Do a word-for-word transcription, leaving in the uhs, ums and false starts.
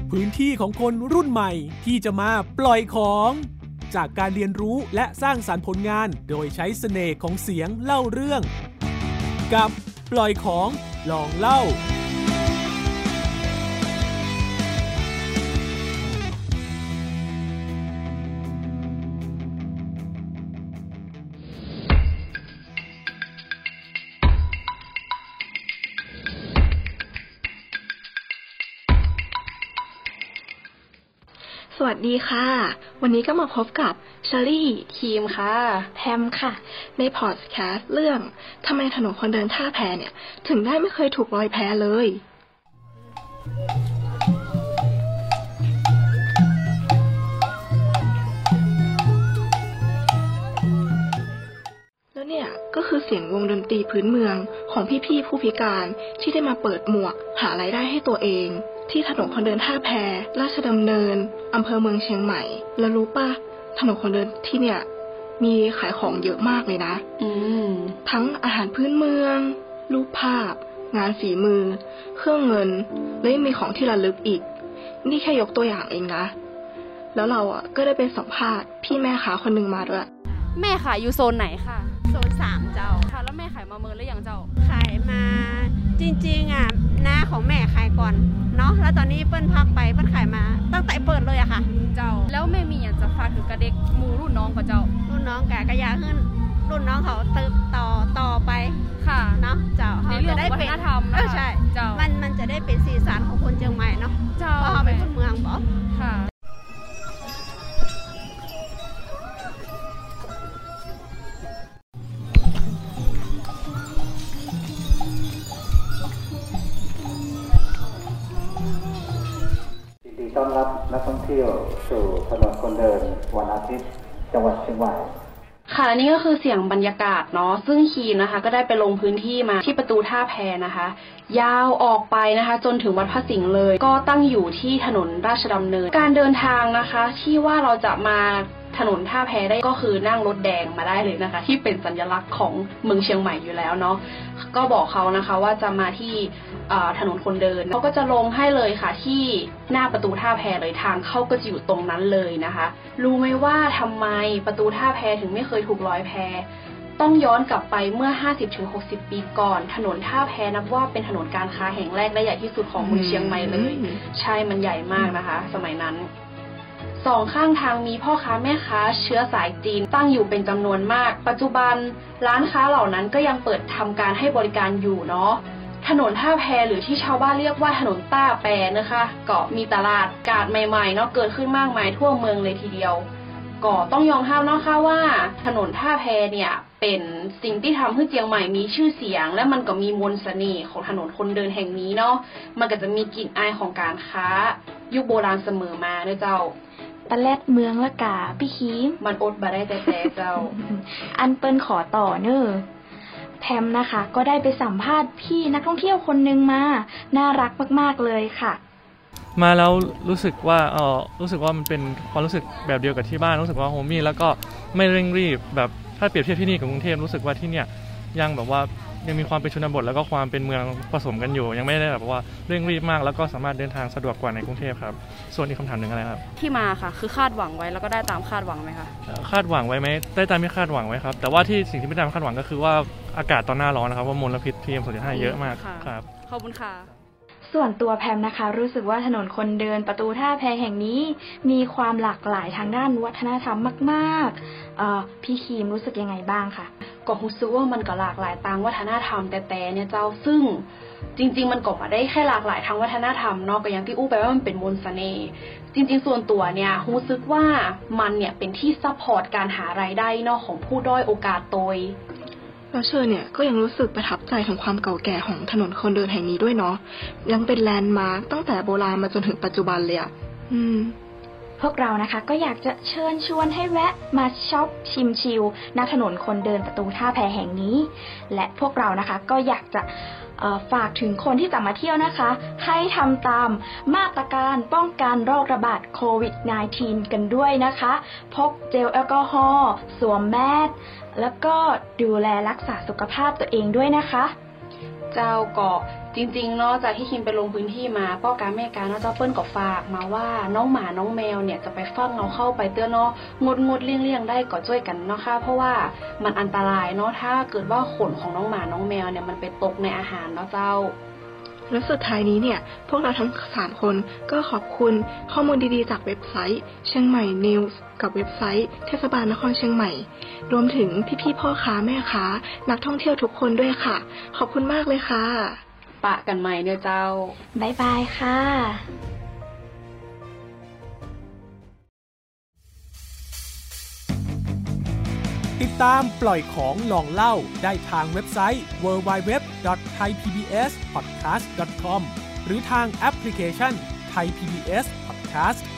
พื้นที่ของคนรุ่นใหม่ที่จะมาปล่อยของจากการเรียนรู้และสร้างสรรค์ผลงานโดยใช้เสน่ห์ของเสียงเล่าเรื่องกับปล่อยของลองเล่าสวัสดีค่ะวันนี้ก็มาพบกับเชอรี่ทีมค่ะแพมค่ะในพอดแคสต์เรื่องทำไมถนนคนเดินท่าแพเนี่ยถึงได้ไม่เคยถูกลอยแพเลยแล้วเนี่ยก็คือเสียงวงดนตรีพื้นเมืองของพี่ๆผู้พิการที่ได้มาเปิดหมวกหารายได้ให้ตัวเองที่ถนนคนเดินท่าแพราชดำเนินอำเภอเมืองเชียงใหม่แล้วรู้ป่ะถนนคนเดินที่เนี่ยมีขายของเยอะมากเลยนะอืมทั้งอาหารพื้นเมืองรูปภาพงานฝีมือเครื่องเงินและยังมีของที่ระลึกอีกนี่แค่ยกตัวอย่างเองนะแล้วเราอ่ะก็ได้ไปสัมภาษณ์พี่แม่ค้าคนนึงมาด้วยแม่ขายอยู่โซนไหนค่ะโซนสามเจ้าค่ะแล้วแม่ขายมาเมินแล้วยังเจ้าขายมาจริงๆอ่ะหน้าของแม่ขายก่อนเนาะแล้วตอนนี้เปิ้ลพักไปเปิ้ลขายมาตั้งแต่เปิดเลยอะค่ะเจ้าแล้วแม่มีอยากจะฝากถึงกระเด็กหมู่รุ่นน้องกับเจ้ารุ่นน้องกะกะยาขึ้นรุ่นน้องเขาเติบต่อต่อไปค่ะเนาะเจ้าเขาจะได้เป็นวัฒนธรรมเออใช่เจ้ามันมันจะได้เป็นสีสันของคนเชียงใหม่เนาะเจ้าเพราะเขาเป็นคนเมืองบอกค่ะต้อนรับนักท่องเที่ยวสู่ถนนคนเดินวันอาทิตย์จังหวัดเชียงใหม่ค่ะนี่ก็คือเสียงบรรยากาศเนาะซึ่งคีนะคะก็ได้ไปลงพื้นที่มาที่ประตูท่าแพนะคะยาวออกไปนะคะจนถึงวัดพระสิงห์เลยก็ตั้งอยู่ที่ถนนราชดำเนินการเดินทางนะคะที่ว่าเราจะมาถนนท่าแพได้ก็คือนั่งรถแดงมาได้เลยนะคะที่เป็นสัญลักษณ์ของเมืองเชียงใหม่อยู่แล้วเนาะก็บอกเขานะคะว่าจะมาที่ถนนคนเดินเขาก็จะลงให้เลยค่ะที่หน้าประตูท่าแพเลยทางเข้าก็จะอยู่ตรงนั้นเลยนะคะรู้ไหมว่าทำไมประตูท่าแพถึงไม่เคยถูกลอยแพต้องย้อนกลับไปเมื่อ ห้าสิบถึงหกสิบ ปีก่อนถนนท่าแพนับว่าเป็นถนนการค้าแห่งแรกและใหญ่ที่สุดของเมืองเชียงใหม่เลยใช่มันใหญ่มากนะคะสมัยนั้นสองข้างทางมีพ่อค้าแม่ค้าเชื้อสายจีนตั้งอยู่เป็นจำนวนมากปัจจุบันร้านค้าเหล่านั้นก็ยังเปิดทำการให้บริการอยู่เนาะถนนท่าแพหรือที่ชาวบ้านเรียกว่าถนนต้าแปนะคะก็มีตลาดกาดใหม่ๆเนาะเกิดขึ้นมากมายทั่วเมืองเลยทีเดียวก็ต้องยอมรับเนาะค่ะว่าถนนท่าแพเนี่ยเป็นสิ่งที่ทำให้เชียงใหม่มีชื่อเสียงและมันก็มีมนต์เสน่ห์ของถนนคนเดินแห่งนี้เนาะมันก็จะมีกลิ่นอายของการค้ายุคโบราณเสมอมาเด้อเจ้าตะแลดเมืองละกาพี่คีมันอดบ่ได้แต่แต่เจ้าอันเปิ้นขอต่อเนอแพมนะคะก็ได้ไปสัมภาษณ์พี่นักท่องเที่ยวคนนึงมาน่ารักมากๆเลยค่ะมาแล้วรู้สึกว่าเออรู้สึกว่ามันเป็นความรู้สึกแบบเดียวกับที่บ้านรู้สึกว่าโฮมี่แล้วก็ไม่เร่งรีบแบบถ้าเปรียบเทียบที่นี่กับกรุงเทพรู้สึกว่าที่เนี่ยยังแบบว่ายังมีความเป็นชนบทแล้วก็ความเป็นเมืองผสมกันอยู่ยังไม่ได้แบบว่าเร่งรีบมากแล้วก็สามารถเดินทางสะดวกกว่าในกรุงเทพครับส่วนอีกคำถามหนึ่งอะไรครับที่มาค่ะคือคาดหวังไว้แล้วก็ได้ตามคาดหวังไหมคะคาดหวังไว้ไหมได้ตามที่คาดหวังไว้ครับแต่ว่าที่สิ่งที่ไม่ได้คาดหวังก็คือว่าอากาศตอนหน้าร้อนนะครับว่ามลพิษ พี เอ็ม สองจุดห้า เยอะมากครับขอบคุณค่ะส่วนตัวแพมนะคะรู้สึกว่าถนนคนเดินประตูท่าแพแห่งนี้มีความหลากหลายทางด้านวัฒนธรรมมากๆพี่คีมรู้สึกยังไงบ้างคะก็รู้สึกว่ามันก็หลากหลายทางวัฒนธรรมแต่แต่เนี่ยเจ้าซึ่งจริงๆมันก็ไม่ได้แค่หลากหลายทางวัฒนธรรมเนาะก็อย่างที่อู้ไปว่ามันเป็นมนต์เสน่ห์จริงๆส่วนตัวเนี่ยรู้สึกว่ามันเนี่ยเป็นที่ซัพพอร์ตการหารายได้เนาะของผู้ด้อยโอกาสโดยแล้วเชอเนี่ยก็ยังรู้สึกประทับใจถึงความเก่าแก่ของถนนคนเดินแห่งนี้ด้วยเนาะยังเป็นแลนด์มาร์คตั้งแต่โบราณมาจนถึงปัจจุบันเลยอ่ะอืมพวกเรานะคะก็อยากจะเชิญชวนให้แวะมาช็อปชิมชิลณถนนคนเดินประตูท่าแพแห่งนี้และพวกเรานะคะก็อยากจะฝากถึงคนที่จะมาเที่ยวนะคะให้ทำตามมาตรการป้องกันโรคระบาดโควิด สิบเก้า กันด้วยนะคะพกเจลแอลกอฮอล์สวมแมสแล้วก็ดูแลรักษาสุขภาพตัวเองด้วยนะคะเจ้าก็จริงๆเนาะจากที่คิมไปลงพื้นที่มาป้อการแม่การเนาะเจ้าเปิ้ลก็ฝากมาว่าน้องหมาน้องแมวเนี่ยจะไปฟังเอาเข้าไปเตื้อเนาะงดงดเลี่ยงเลี่ยงได้ก็ช่วยกันเนาะค่ะเพราะว่ามันอันตรายเนาะถ้าเกิดว่าขนของน้องหมาน้องแมวเนี่ยมันไปตกในอาหารเนาะเจ้าและสุดท้ายนี้เนี่ยพวกเราทั้งสามคนก็ขอบคุณข้อมูลดีๆจากเว็บไซต์เชียงใหม่นิวส์กับเว็บไซต์เทศบาลนครเชียงใหม่รวมถึงพี่ๆพ่อค้าแม่ค้านักท่องเที่ยวทุกคนด้วยค่ะขอบคุณมากเลยค่ะปะกันใหม่เนี่ยเจ้าบ๊ายบายค่ะติดตามปล่อยของลองเล่าได้ทางเว็บไซต์ ดับเบิลยู ดับเบิลยู ดับเบิลยู ดอท ไทย พี บี เอส พอดแคสต์ ดอท คอม หรือทางแอปพลิเคชัน Thai พี บี เอส Podcast